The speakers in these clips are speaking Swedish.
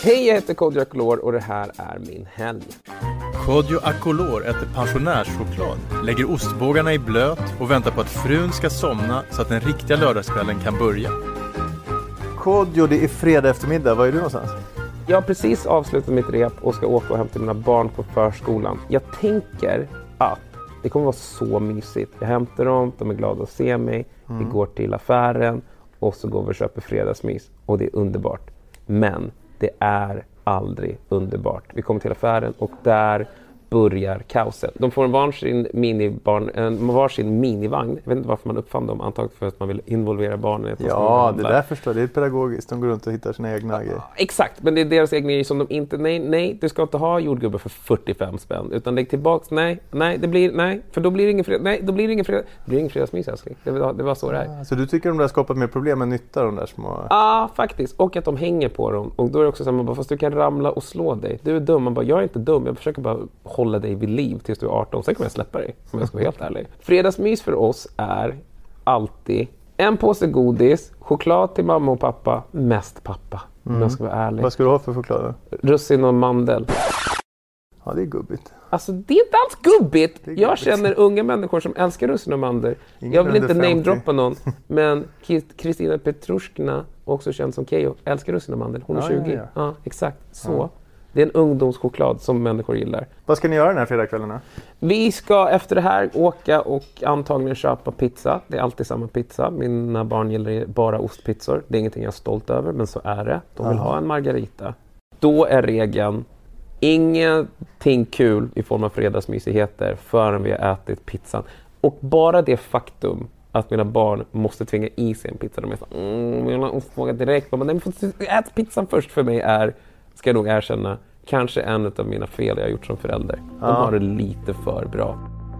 Hej, jag heter Kodjo Akolor och det här är min helg. Kodjo Akolor äter pensionärschoklad, lägger ostbågarna i blöt och väntar på att frun ska somna så att den riktiga lördagskvällen kan börja. Kodjo, det är fredag eftermiddag. Var är du någonstans? Jag har precis avslutat mitt rep och ska åka och hämta mina barn på förskolan. Jag tänker att det kommer vara så mysigt. Jag hämtar dem, de är glada att se mig. Vi går till affären och så går vi och köper fredagsmys. Och det är underbart. Men det är aldrig underbart. Vi kommer till affären och där börjar kaoset. De får en varsin minivagn. Jag vet inte varför man uppfann dem. Antagligen för att man vill involvera barnen. Ja, det där förstår jag. Det är pedagogiskt. De går runt och hittar sina egna grejer. Exakt, men det är deras egna grejer som de inte... Nej, du ska inte ha jordgubbar för 45 spänn. Utan lägg tillbaks. För då blir det ingen fredag. Nej, då blir det ingen fredag. Det blir ingen fredagsmys, älskling. Det var så det är. Så du tycker de där skapat mer problem än nytta, de där små... Ja, faktiskt. Och att de hänger på dem. Och då är det också så här, man bara, fast du kan ramla och slå dig. Du är dum. Man bara, jag är inte dum. Jag försöker bara hålla dig vid liv tills du är 18. Sen kommer jag släppa dig, om jag ska vara helt ärlig. Fredagsmys för oss är alltid en påse godis, choklad till mamma och pappa, mest pappa, om jag ska vara ärlig. Vad ska du ha för choklad? Russin och mandel. Ja, det är gubbigt. Alltså, det är inte alls gubbigt. Jag känner unga människor som älskar russin och mandel. Jag vill inte namedroppa någon, men Kristina Petrushkina, också känd som Keyyo, älskar russin och mandel. Hon är 20. Ja, exakt. Så. Ja. Det är en ungdomschoklad som människor gillar. Vad ska ni göra den här fredagskvällen? Vi ska efter det här åka och antagligen köpa pizza. Det är alltid samma pizza. Mina barn gillar bara ostpizzor. Det är ingenting jag är stolt över, men så är det. De vill ha en margarita. Då är regeln ingenting kul i form av fredagsmysigheter förrän vi har ätit pizzan. Och bara det faktum att mina barn måste tvinga i sig en pizza. De är så vill ha ostbågar direkt. Men nej, ät pizzan först för mig är... ska jag nog erkänna, kanske en av mina fel jag har gjort som förälder. De har det lite för bra.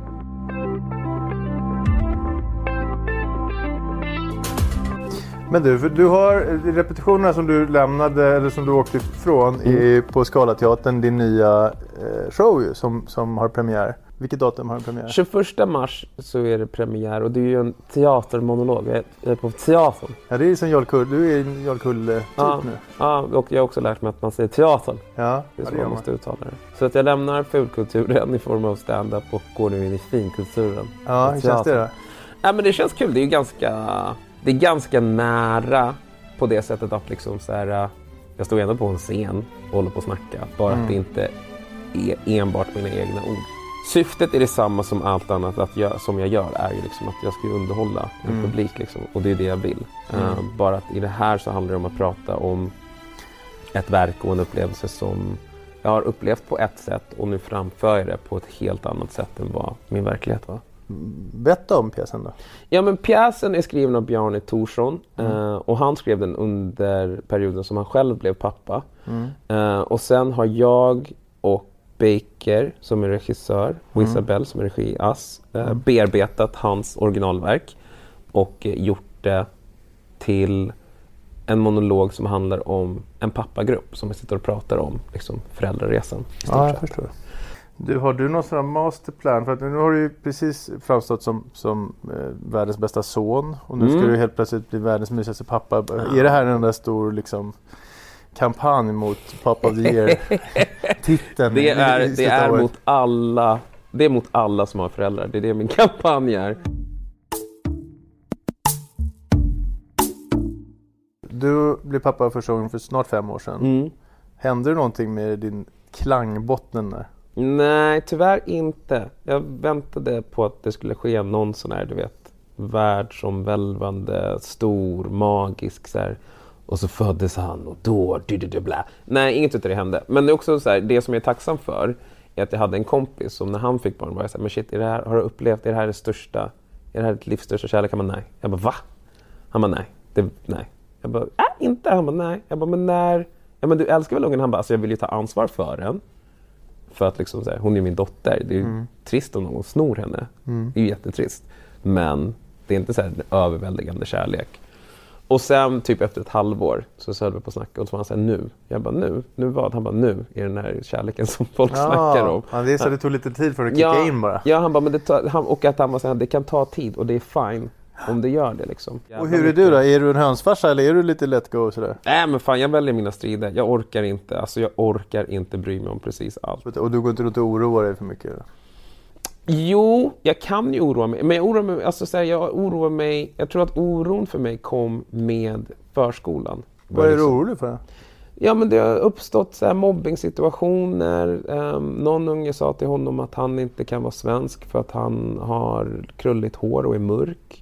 Men du har repetitionerna som du lämnade, eller som du åkte ifrån på Scalateatern, din nya show som har premiär. Vilket datum har den premiär? 21 mars så är det premiär och det är ju en teatermonolog. Jag är på teatern. Ja, det är som Jarl Kull. Du är en Jarl Kull-typ nu. Ja, och jag har också lärt mig att man säger teatern. Ja, det är så man måste uttala det. Så att jag lämnar fulkulturen i form av stand-up och går nu in i finkulturen. Ja, hur känns det då? Ja, men det känns kul. Det är ganska nära på det sättet att liksom så här, jag står ändå på en scen och håller på att snacka. Bara att det inte är enbart mina egna ord. Syftet är detsamma som allt annat som jag gör är ju liksom att jag ska underhålla en publik liksom, och det är det jag vill. Bara att i det här så handlar det om att prata om ett verk och en upplevelse som jag har upplevt på ett sätt och nu framför jag det på ett helt annat sätt än vad min verklighet var. Berätta om pjäsen då. Ja, men pjäsen är skriven av Bjarne Thorsson och han skrev den under perioden som han själv blev pappa. Och sen har jag och Baker som är regissör och Isabelle som är regiass bearbetat hans originalverk och gjort det till en monolog som handlar om en pappagrupp som vi sitter och pratar om liksom föräldraresan. Ja, jag förstår. Har du någon sån här masterplan? För att nu har du ju precis framstått som världens bästa son och nu ska du helt plötsligt bli världens mysigaste pappa. Är det här en där stor liksom kampanj mot Pop of the Year-titeln? Det är mot alla. Det är mot alla som har föräldrar. Det är det min kampanj är. Du blev pappa första gången för snart 5 år sedan. Hände det någonting med din klangbotten där? Nej, tyvärr inte. Jag väntade på att det skulle ske någon sån här, du vet, världsomvälvande, stor, magisk så här. Och så föddes han och då bla. Nej, inget utav det hände. Men det är också så här, det som jag är tacksam för är att jag hade en kompis som när han fick barn var jag så här, men shit, är det här, har du upplevt, är det här det största, är det här ditt livs största kärlek? Han bara, nej. Jag bara, va? Han bara, nej. Jag bara, inte. Han bara, nej. Jag bara, men när? Ja, men du älskar väl ungen? Han bara, alltså jag vill ju ta ansvar för den. För att liksom så här, hon är min dotter. Det är ju trist om någon snor henne. Det är ju jättetrist. Men det är inte så här en överväldigande kärlek. Och sen typ efter ett halvår så höll vi på att snacka och så var han så här, nu. Jag bara, nu vad? Han bara, nu är den här kärleken som folk snackar om. Ja, det är så det tog lite tid för att kicka in bara. Ja, han bara, men och att han var så här, det kan ta tid och det är fine. Om det gör det liksom. Och hur är du då? Är du en hönsfarsa eller är du lite let go och sådär? Nej men fan, jag väljer mina strider. Jag orkar inte bry mig om precis allt. Och du går inte runt och oroar dig för mycket? Jo, jag kan ju oroa mig. Men jag oroar mig, jag tror att oron för mig kom med förskolan. Vad är du orolig för? Ja, men det har uppstått så här mobbing-situationer. Någon unge sa till honom att han inte kan vara svensk för att han har krulligt hår och är mörk.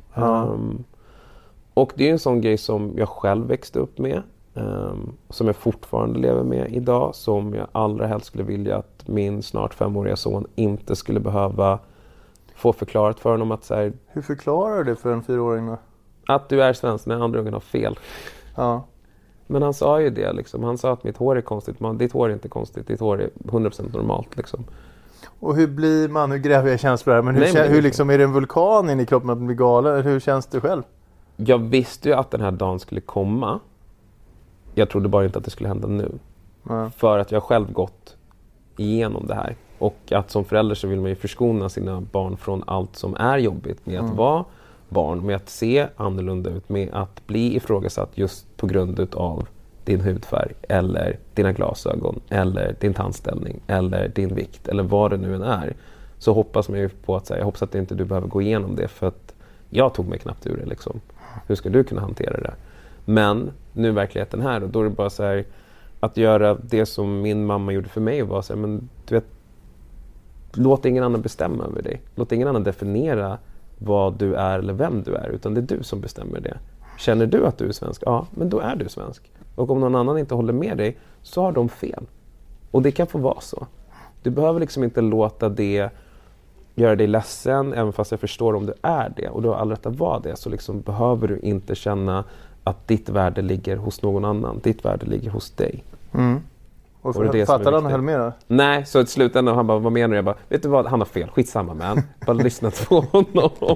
Och det är en sån grej som jag själv växte upp med. Som jag fortfarande lever med idag. Som jag allra helst skulle vilja att min snart 5-åriga son inte skulle behöva få förklarat för honom att så här, hur förklarar du det för en 4-åring då? Att du är svensk när andra ungen har fel. Ja. Men han sa ju det liksom. Han sa att mitt hår är konstigt. Men ditt hår är inte konstigt. Ditt hår är 100% normalt liksom. Och hur blir man, nu gräver jag känslor här, men hur liksom, är det en vulkan in i kroppen att bli galen? Hur känns det själv? Jag visste ju att den här dagen skulle komma. Jag trodde bara inte att det skulle hända nu. För att jag själv gått igenom det här. Och att som förälder så vill man ju förskona sina barn från allt som är jobbigt med att vara barn, med att se annorlunda ut, med att bli ifrågasatt just på grund av din hudfärg eller dina glasögon eller din tandställning eller din vikt eller vad det nu än är. Så hoppas man ju på att säga, jag hoppas att inte du behöver gå igenom det för att jag tog mig knappt ur det liksom. Hur ska du kunna hantera det? Men nu är verkligheten här och då är det bara så här att göra det som min mamma gjorde för mig var så här, men du vet, låt ingen annan bestämma över dig. Låt ingen annan definiera vad du är eller vem du är, utan det är du som bestämmer det. Känner du att du är svensk? Ja, men då är du svensk. Och om någon annan inte håller med dig så har de fel. Och det kan få vara så. Du behöver liksom inte låta det göra dig ledsen, även fast jag förstår om du är det. Och du har all rätt att vara det, så liksom behöver du inte känna att ditt värde ligger hos någon annan. Ditt värde ligger hos dig. Och fattar han höll med då? Nej, så i slutändan han bara, vad menar du? Jag bara, vet du vad, han har fel, skitsamma man. Bara lyssna på honom.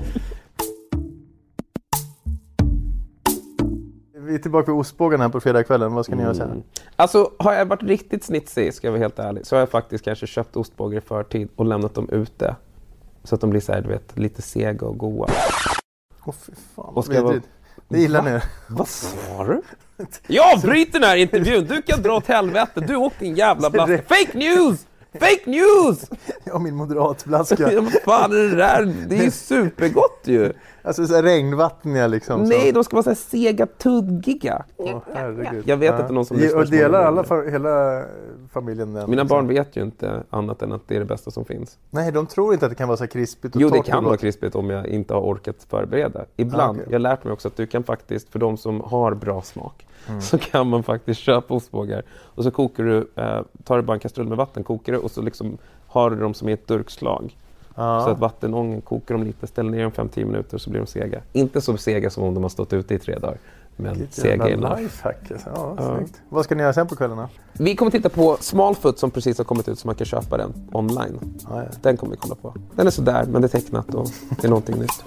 Vi är tillbaka vid ostbågen här på fredagskvällen, vad ska ni göra sen? Alltså, har jag varit riktigt snitsig, ska jag vara helt ärlig, så har jag faktiskt kanske köpt ostbågar i förtid och lämnat dem ute. Så att de blir så här, du vet, lite sega och goda. Fy fan, och ska vara... Det gillar ni. Vad sa du? Jag bryter den här intervjun. Du kan dra åt helvete. Du åkte din jävla blaska. Fake news! Fake news! Ja, min moderatblaska. Ja, vad fan är det där? Det är ju supergott ju. Alltså så här regnvattniga liksom. Nej, de ska vara så här sega, tuggiga. Herregud. Jag vet inte någon som lyssnar. Och delar hela familjen den. Mina barn vet ju inte annat än att det är det bästa som finns. Nej, de tror inte att det kan vara så krispigt och jo, det kan vara krispigt om jag inte har orkat förbereda. Ibland. Jag har lärt mig också att du kan faktiskt, för de som har bra smak, så kan man faktiskt köpa ostbågar. Och så kokar du, tar du bara en kastrull med vatten, kokar du och så liksom har du dem som i ett durkslag. Så att vattenången kokar dem lite, ställer ner dem 5-10 minuter så blir de sega. Inte så sega som om de har stått ute i 3 dagar. Men sega enough. Snyggt. Vad ska ni göra sen på kvällarna? Vi kommer titta på Smallfoot som precis har kommit ut så man kan köpa den online. Den kommer vi kolla på. Den är sådär, men det är tecknat och det är någonting nytt.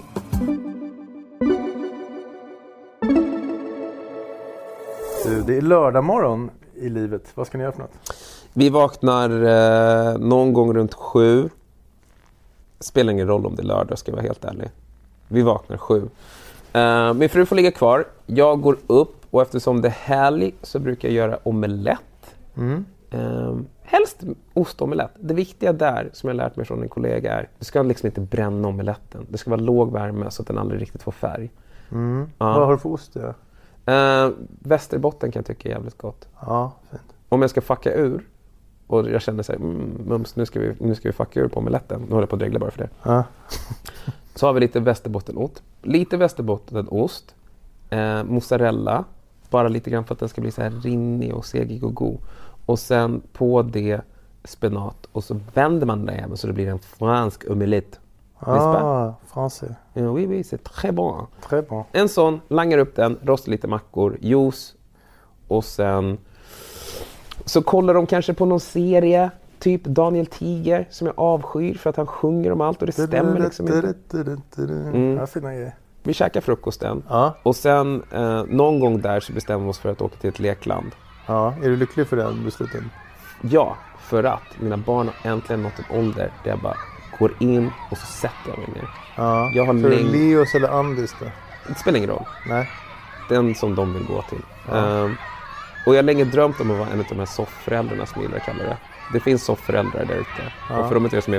Det är lördag morgon i livet. Vad ska ni göra för något? Vi vaknar någon gång runt 7. Spelar ingen roll om det är lördag, ska jag vara helt ärlig. Vi vaknar 7. Min fru får ligga kvar. Jag går upp och eftersom det är helg så brukar jag göra omelett. Helst ostomelett. Det viktiga där som jag lärt mig från en kollega är du ska liksom inte bränna omeletten. Det ska vara låg värme så att den aldrig riktigt får färg. Vad har du för ost då? Västerbotten kan jag tycka är jävligt gott. Ja, fint. Om jag ska fucka ur och jag känner så här, mums, nu ska vi fucka ur på omeletten. Nu håller jag på att regla bara för det. Så har vi lite västerbottenost. Lite västerbottenost. Mozzarella. Bara lite grann för att den ska bli så här rinnig och segig och god. Och sen på det spenat. Och så vänder man det även så det blir en fransk omelette. Français. Oui, c'est très bon. Très bon. En sån, langar upp den, rostar lite mackor, juice. Och sen så kollar de kanske på någon serie. Typ Daniel Tiger som jag avskyr för att han sjunger om allt och det stämmer liksom inte. Ja, fina grejer. Vi käkar frukosten och sen någon gång där så bestämmer vi oss för att åka till ett lekland. Ja, är du lycklig för den besluten? Ja, för att mina barn har äntligen nått en ålder där jag bara, går in och så sätter jag mig ner. Ja. Jag har För Leos eller Andis då? Det spelar ingen roll. Nej. Den som de vill gå till. Ja. Och jag har länge drömt om att vara en av de här sofföräldrarna som jag kallar det. Det finns sofföräldrar där ute. Ja. Och för de som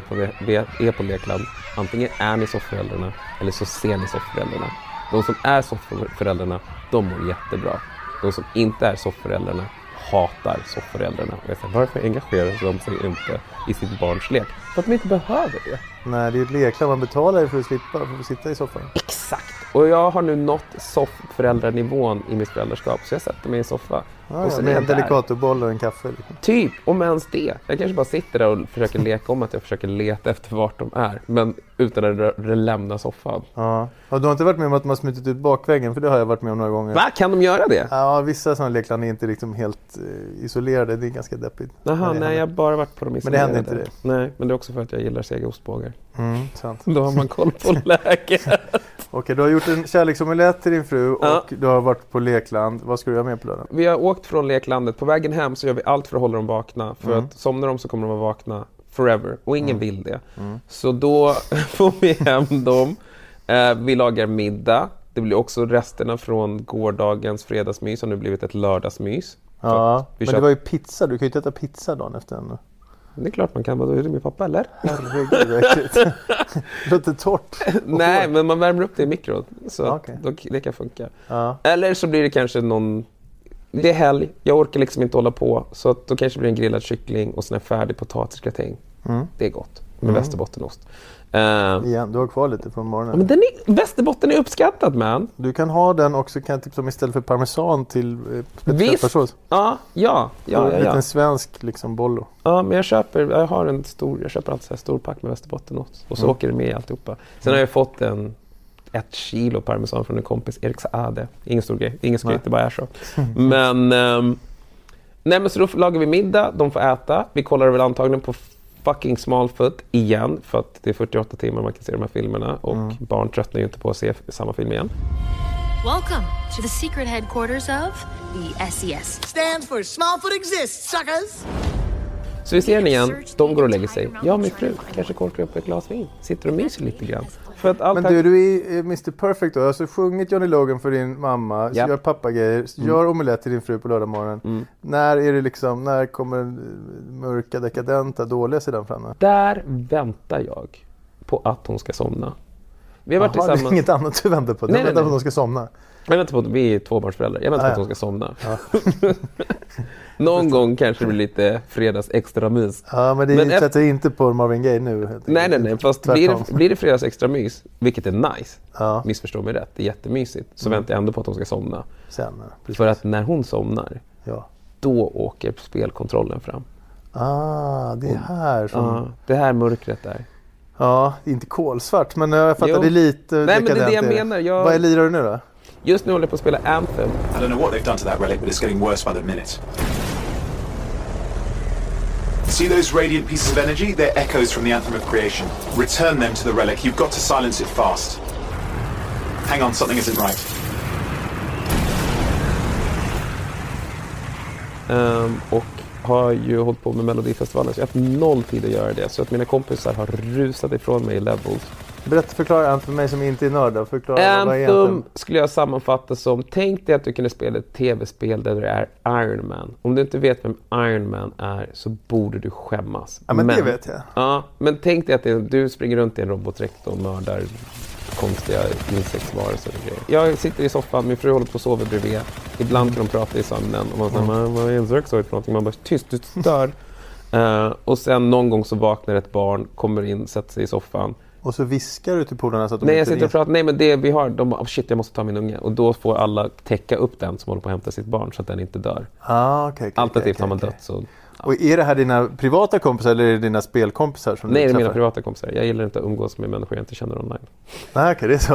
är på Lekland, antingen är ni sofföräldrarna eller så ser ni sofföräldrarna. De som är sofföräldrarna, de mår jättebra. De som inte är sofföräldrarna hatar sofföräldrarna. Och jag säger, varför engagerar de sig inte i sitt barns lek? För att de inte behöver det. Nej, det är ett lekland. Man betalar för att slippa för att sitta i soffan. Exakt. Och jag har nu nått sofföräldrarnivån i mitt föräldraskap. Så jag sätter mig i en soffa. Och så med en delicatoboll och en kaffe. Liksom. Typ, om ens det. Jag kanske bara sitter där och försöker leka om att jag försöker leta efter vart de är. Men utan att lämna soffan. Ja. Och du har inte varit med om att man smitit ut bakväggen? För det har jag varit med om några gånger. Va? Kan de göra det? Ja, vissa sådana lekland är inte liksom helt isolerade. Det är ganska deppigt. Jaha, nej, jag har bara varit på de isolerade. Men det händer inte det? Nej, men det är också för att jag gillar sega ostbågar. Sant. Då har man koll på läget. Okej, du har gjort en kärleksomelett till din fru och du har varit på lekland. Vad ska du göra med på lördagen? Vi har åkt från leklandet. På vägen hem så gör vi allt för att hålla dem vakna. För att somnar de så kommer de vara vakna forever. Och ingen vill det. Så då får vi hem dem. Vi lagar middag. Det blir också resterna från gårdagens fredagsmys som nu blivit ett lördagsmys. Ja, men det var ju pizza. Du kan ju inte äta pizza dagen efter ännu. Det är klart man kan. Vadå, är det min pappa eller? Herregud, vad äckligt. Det låter torrt. Nej, men man värmer upp det i mikron. Så Okay. det kan funka. Ja. Eller så blir det kanske någon... Det är helg. Jag orkar liksom inte hålla på. Så att då kanske det blir en grillad kyckling och sen en färdig potatisgratäng. Det är gott. Med västerbottenost. Igen, du har kvar lite från morgonen. Men Västerbotten är uppskattat, man. Du kan ha den också, kan typ som istället för parmesan till pepparsås. Ja. En liten svensk liksom bollo. Ja, men jag köper alltid så här stor pack med västerbottenost. Och så åker det med i alltihopa. Sen har jag fått 1 kilo parmesan från en kompis, Erik Saade. Ingen stor grej, ingen skryt, det bara är så. Men så då lagar vi middag, de får äta. Vi kollar väl antagligen på fucking Smallfoot igen, för att det är 48 timmar man kan se de här filmerna och barn tröttnar ju inte på att se samma film igen. Welcome to the secret headquarters of the SES. Stands for Smallfoot exists, suckers! Så vi ser den igen, de går och lägger sig. Jag och min fru kanske korkar upp ett glas vin. Sitter och myser lite grann. För att men du är Mr. Perfect då. Alltså sjungit Johnny Logan för din mamma. Yep. Gör pappagrejer. Gör omelett till din fru på lördag morgon. När kommer mörka, dekadenta, dåliga sidan framme? Där väntar jag på att hon ska somna. Vi har varit tillsammans. Det är inget annat du väntar på. Du väntar på att hon ska somna. Jag väntar på att vi är tvåbarnsföräldrar. Jag väntar på att hon ska somna. Ja. Någon gång kanske det blir lite fredags extra mys. Ja, men det sätter inte på Marvin Gaye nu. Nej. Fast blir det fredags extra mys, vilket är nice. Ja. Missförstå mig rätt. Det är jättemysigt. Så väntar jag ändå på att hon ska somna. Sen, för att när hon somnar, då åker spelkontrollen fram. Det är här som... Ja, det här mörkret där. Ja, det är inte kolsvart, men jag fattar det lite. Nej, men det är det jag menar. Vad lirar du nu då? Just nu håller jag på att spela Anthem. I don't know what they've done to that relic, but it's getting worse by the minute. See those radiant pieces of energy? They're echoes from the Anthem of Creation. Return them to the relic. You've got to silence it fast. Hang on, something isn't right. Och har ju hållit på med Melodifestivalen, så jag har haft noll tid att göra det. Så att mina kompisar har rusat ifrån mig i levels. Förklara Anthem för mig som inte är nörd. Anthem skulle jag sammanfatta som: tänk dig att du kunde spela ett tv-spel där du är Iron Man. Om du inte vet vem Iron Man är så borde du skämmas. Ja, men det vet jag. Ja, men tänk dig att du springer runt i en robotdräkt och mördar konstiga insektsvarelser och grejer. Jag sitter i soffan, min fru håller på att sova bredvid. Ibland kan de prata i sömnen och man säger, vad är en söksoj för någonting? Man bara, tyst, du stör. Och sen någon gång så vaknar ett barn, kommer in, sätter sig i soffan. Och så viskar du till polarna så att de nej, jag sitter och pratar. Nej, men det vi har, de bara, shit, jag måste ta min unge. Och då får alla täcka upp den som håller på att hämta sitt barn så att den inte dör. Alternativt har man dött så... Ja. Och är det här dina privata kompisar eller är det dina spelkompisar? Som nej, det är mina privata kompisar. Jag gillar inte att umgås med människor jag inte känner online. Nej, okej, det är så.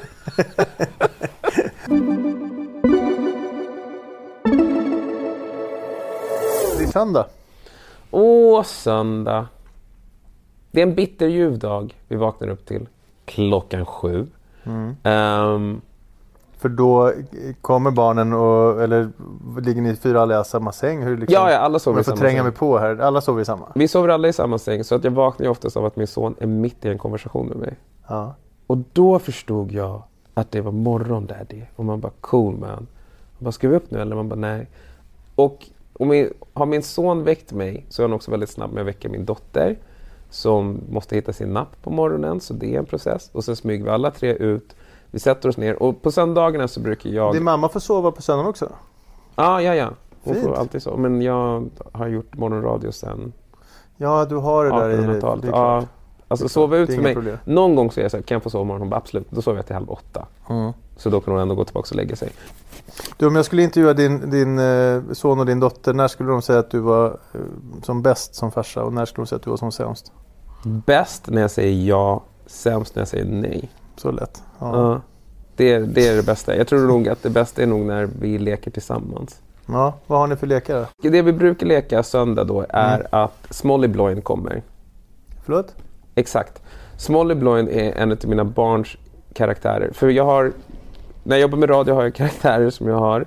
Det är söndag. Söndag. Det är en bitterljuv dag vi vaknar upp till. 7:00. För då kommer barnen eller ligger ni 4 alla i samma säng? Hur liksom, ja, alla sover i samma säng. Jag får tränga mig på här. Alla sover i samma? Vi sover alla i samma säng, så att jag vaknar ju oftast av att min son är mitt i en konversation med mig. Ja. Och då förstod jag att det var morgon daddy. Och man bara, cool man. Man bara, ska vi upp nu? Eller man bara, nej. Och har min son väckt mig, så är han också väldigt snabb med att väcka min dotter. Som måste hitta sin napp på morgonen, så det är en process. Och sen smyger vi alla 3 ut. Vi sätter oss ner, och på söndagarna så brukar jag... Din mamma får sova på söndagen också? Ja. Hon Fint. får alltid så. Men jag har gjort morgonradio sen... Ja, du har det där i det. Det är klart. Alltså sova ut för mig. Problem. Någon gång så är jag så här, kan jag få sova morgon? Hon bara, absolut. Då sover jag till 7:30. Mm. Så då kan hon ändå gå tillbaka och lägga sig. Du, om jag skulle intervjua din son och din dotter, när skulle de säga att du var som bäst som farsa? Och när skulle de säga att du var som sämst? Bäst när jag säger ja, sämst när jag säger nej. Så lätt. Ja. Det är det bästa. Jag tror nog att det bästa är nog när vi leker tillsammans. Ja, vad har ni för lekar då? Det vi brukar leka söndag då är att Smolly Bloin kommer. Förlåt? Exakt. Smolly Bloin är en av mina barns karaktärer. För när jag jobbar med radio har jag karaktärer som jag har.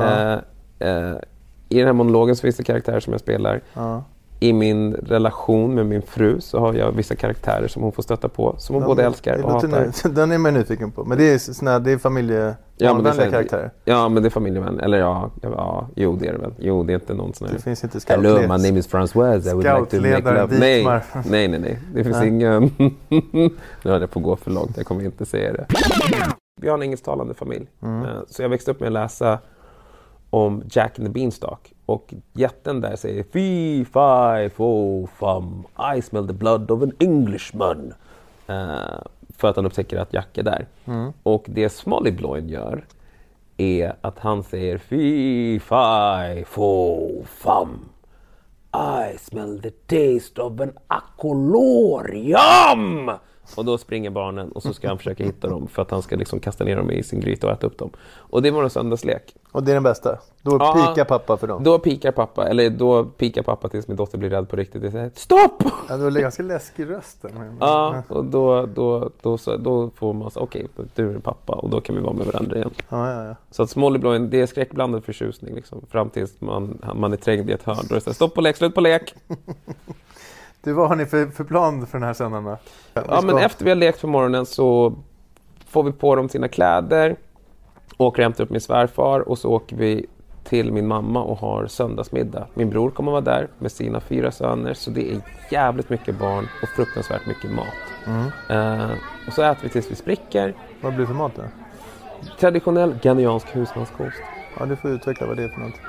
I den här monologen så finns det karaktärer som jag spelar. I min relation med min fru så har jag vissa karaktärer som hon får stöta på. Som hon både älskar och hatar. Den är man nyfiken på. Men det är familjevänliga karaktärer. Ja, men det är familjevän. Eller jo, det är det väl. Jo, det är inte någon sån här... Det finns inte Hello, my name is Françoise. I would like to make love. Nej. Det finns ingen... Nu har det på att gå för långt. Jag kommer inte säga det. Vi har en engelsktalande familj. Så jag växte upp med att läsa om Jack and the Beanstalk. Och jätten där säger fy, fi, fo, fum, I smell the blood of an Englishman. För att han upptäcker att Jack är där. Och det Smolly Bloin gör är att han säger fy, fi, fo, fum, I smell the taste of an akolorium. Och då springer barnen och så ska han försöka hitta dem för att han ska liksom kasta ner dem i sin gryta och äta upp dem. Och det var en söndagslek. Och det är den bästa? Då pikar pappa för dem? Då pikar pappa tills min dotter blir rädd på riktigt. Och säger, stopp! Ja, det var ganska läskig rösten. Ja, och då får man säga, okej, du är pappa och då kan vi vara med varandra igen. Ja. Så att Smolly Bloin, det är skräckblandad förtjusning liksom. Fram tills man är trängd i ett hörn. Då är det så här, stopp på lek, slut på lek! Du, vad har ni för plan för den här söndagen? Men efter vi har lekt för morgonen så får vi på dem sina kläder, åker och hämtar upp min svärfar och så åker vi till min mamma och har söndagsmiddag. Min bror kommer vara där med sina 4 söner, så det är jävligt mycket barn och fruktansvärt mycket mat. Och så äter vi tills vi spricker. Vad blir det för mat då? Traditionell ghaniansk husmanskost. Ja, du får utveckla vad det är för något.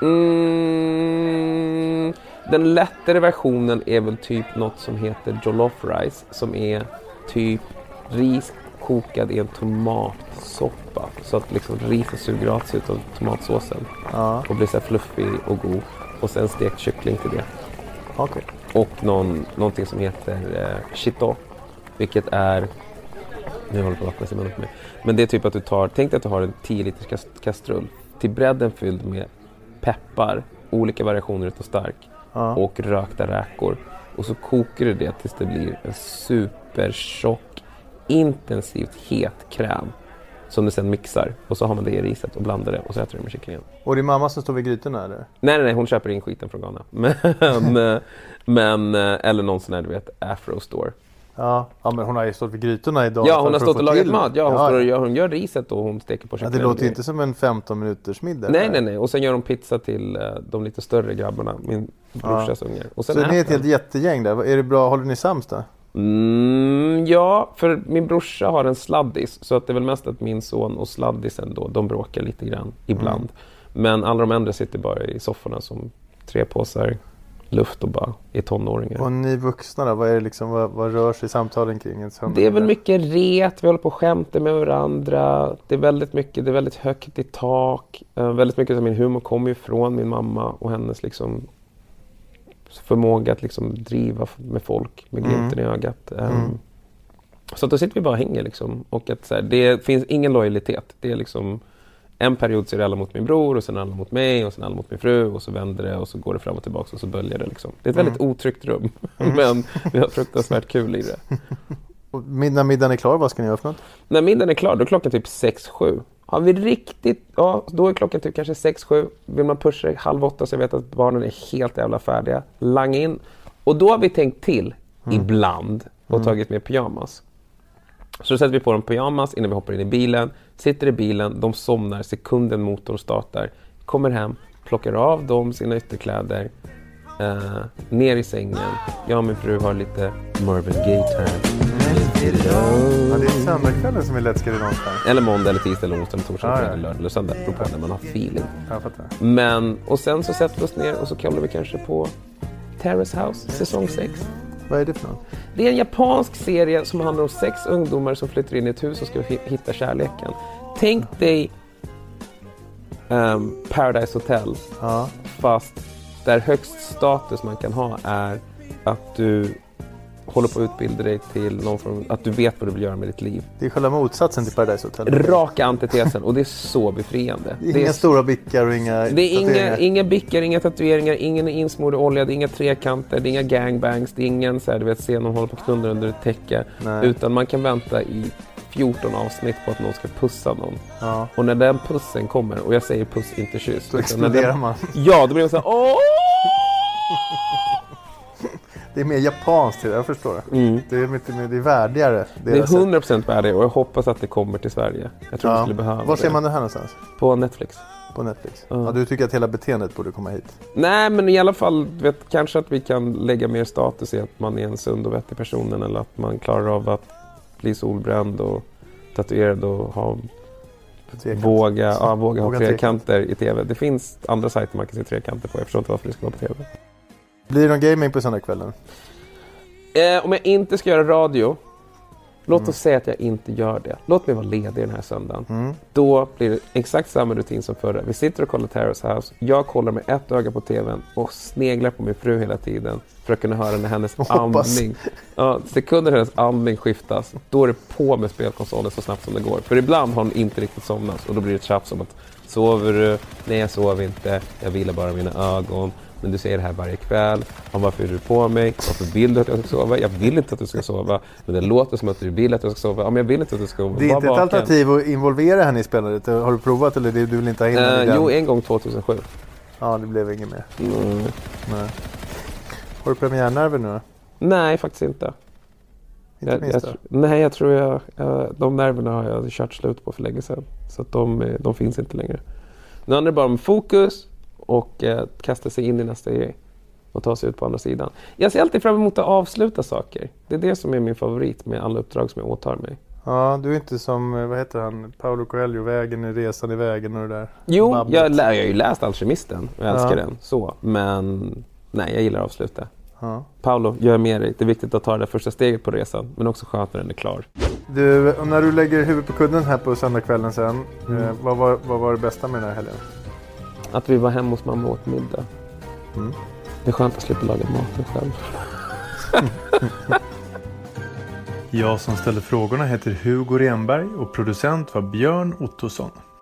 Den lättare versionen är väl typ något som heter jollof rice, som är typ ris kokad i en tomatsoppa. Så att liksom riset suger åt sig av tomatsåsen. Och blir så här fluffig och god. Och sen stekt kyckling till det. Okay. Och någonting som heter chito. Vilket är... Nu håller på att vattna sig med mig. Men det är typ att tänk dig att du har en 10 liters kastrull. Till bredden fylld med peppar. Olika variationer utav stark. Och rökta räkor. Och så kokar du det tills det blir en supertjock, intensivt het kräm. Som du sen mixar. Och så har man det i riset och blandar det. Och så äter du med kycklingen. Och din mamma som står vid grytorna eller? Nej, hon köper in skiten från Ghana. Men eller någon sån här, du vet, Afro store. Ja, men hon har ju stått vid grytorna idag. Ja, hon har stått och lagat mat. Ja, hon gör riset och hon steker på kycklingen. Det låter inte som en 15 minuters middag. Nej. Och sen gör de pizza till de lite större grabbarna. Min brorsas ungar. Och sen så ni är ett helt jättegäng där. Är det bra? Håller ni sams då? Ja, för min brorsa har en sladdis. Så att det är väl mest att min son och sladdisen då, de bråkar lite grann ibland. Men alla de andra sitter bara i sofforna som 3 påsar luft och bara är tonåringar. Och ni vuxna då, vad är det liksom, vad rör sig samtalen kring en söndag? Det är väl mycket ret, vi håller på och skämtar med varandra. Det är väldigt högt i tak. Väldigt mycket av min humor kommer ju från min mamma och hennes liksom förmåga att liksom driva med folk med glimten i ögat. Så att då sitter vi bara och hänger liksom. Och att så här, det finns ingen lojalitet. Det är liksom en period så är det alla mot min bror och sen alla mot mig och sen alla mot min fru och så vänder det och så går det fram och tillbaka och så böljar det liksom. Det är ett väldigt otryggt rum. Men vi har fruktansvärt kul i det. Och när middagen är klar, vad ska ni göra för något? När middagen är klar, då är klockan typ 6-7. Har vi riktigt, ja, då är klockan typ kanske 6-7. Vill man pusha 7:30 så jag vet att barnen är helt jävla färdiga. Lang in. Och då har vi tänkt till ibland och tagit med pyjamas. Så då sätter vi på dem pyjamas innan vi hoppar in i bilen. Sitter i bilen, de somnar sekunden motorn startar. Kommer hem, plockar av dem sina ytterkläder. Ner i sängen. Jag och min fru har lite Marvin Gaye-time. Ja, det är söndagskvällen som är Let's Get It On Time. Eller måndag, eller tisdag, eller onsdag, eller torsdag, eller lördag, eller söndag. Beror på när man har feeling. Jag fattar. Men, och sen så sätter vi oss ner och så kollar vi kanske på Terrace House, säsong 6. Vad är det för något? Det är en japansk serie som handlar om 6 ungdomar som flyttar in i ett hus och ska hitta kärleken. Tänk dig Paradise Hotel. Ja. Fast där högst status man kan ha är att du håller på att utbilda dig till någon form, att du vet vad du vill göra med ditt liv. Det är själva motsatsen till Paradise Hotel. Raka antitesen, och det är så befriande. Det är inga stora bickar och inga... Det är inga bickar, inga tatueringar, ingen insmord olja, det är inga trekanter, det är inga gangbangs, det är ingen så här, du vet, se någon håller på att knulla under ett täcke. Nej. Utan man kan vänta i 14 avsnitt på att någon ska pussa någon. Ja. Och när den pussen kommer, och jag säger puss, inte kyss. Då exploderar man. Ja, då blir man så här, åh! Det är mer japanskt till det, jag förstår det. Det är värdigare. Det är 100% värdigare, och jag hoppas att det kommer till Sverige. Jag tror vi skulle behöva. Var ser man det här någonstans? På Netflix. På Netflix? Ja, du tycker att hela beteendet borde komma hit? Nej, men i alla fall, kanske att vi kan lägga mer status i att man är en sund och vettig person, eller att man klarar av att bli solbränd och tatuerad och ha våga ha trekanter i tv. Det finns andra sajter man kan se trekanter på. Jag förstår inte varför det ska vara på tv. Blir det någon gaming på söndagskvällen? Om jag inte ska göra radio, låt oss säga att jag inte gör det. Låt mig vara ledig den här söndagen. Då blir det exakt samma rutin som förra. Vi sitter och kollar Terrace House. Jag kollar med ett öga på tvn och sneglar på min fru hela tiden för att kunna höra när hennes andning. Ja, sekunder hennes andning skiftas. Då är det på med spelkonsolen så snabbt som det går. För ibland har hon inte riktigt somnat och då blir det tjafs om att sover du? Nej, jag sover inte. Jag vilar bara mina ögon. Men du säger det här varje kväll. Varför är du på mig? Varför vill du att jag ska sova? Jag vill inte att du ska sova. Men det låter som att du vill att jag ska sova. Men jag vill inte att du ska sova. Det är inte ett alternativ att involvera henne i spelandet. Har du provat eller du vill inte ha in henne i den? Jo, en gång 2007. Ja, det blev inget mer. Nej. Har du premiärnerver nu då? Nej, faktiskt inte. Nej, jag tror de nerverna har jag kört slut på för länge sedan. Så att de finns inte längre. Nu handlar det bara om fokus och kasta sig in i nästa grej och ta sig ut på andra sidan. Jag ser alltid fram emot att avsluta saker. Det är det som är min favorit med alla uppdrag som jag åtar mig. Ja, du är inte som, vad heter han, Paulo Coelho, Vägen i resan i vägen och det där. Jo, jag har ju läst Alkemisten och jag älskar den så. Men nej, jag gillar att avsluta. Ja. Paulo, gör med dig. Det är viktigt att ta det första steget på resan, men också skönt när den är klar. Du, när du lägger huvudet på kudden här på söndagskvällen sen, vad var det bästa med den här helgen? Att vi var hemma hos mamma och åt middag. Det är skönt att slippa laga maten själv. Jag som ställer frågorna heter Hugo Renberg och producent var Björn Ottosson.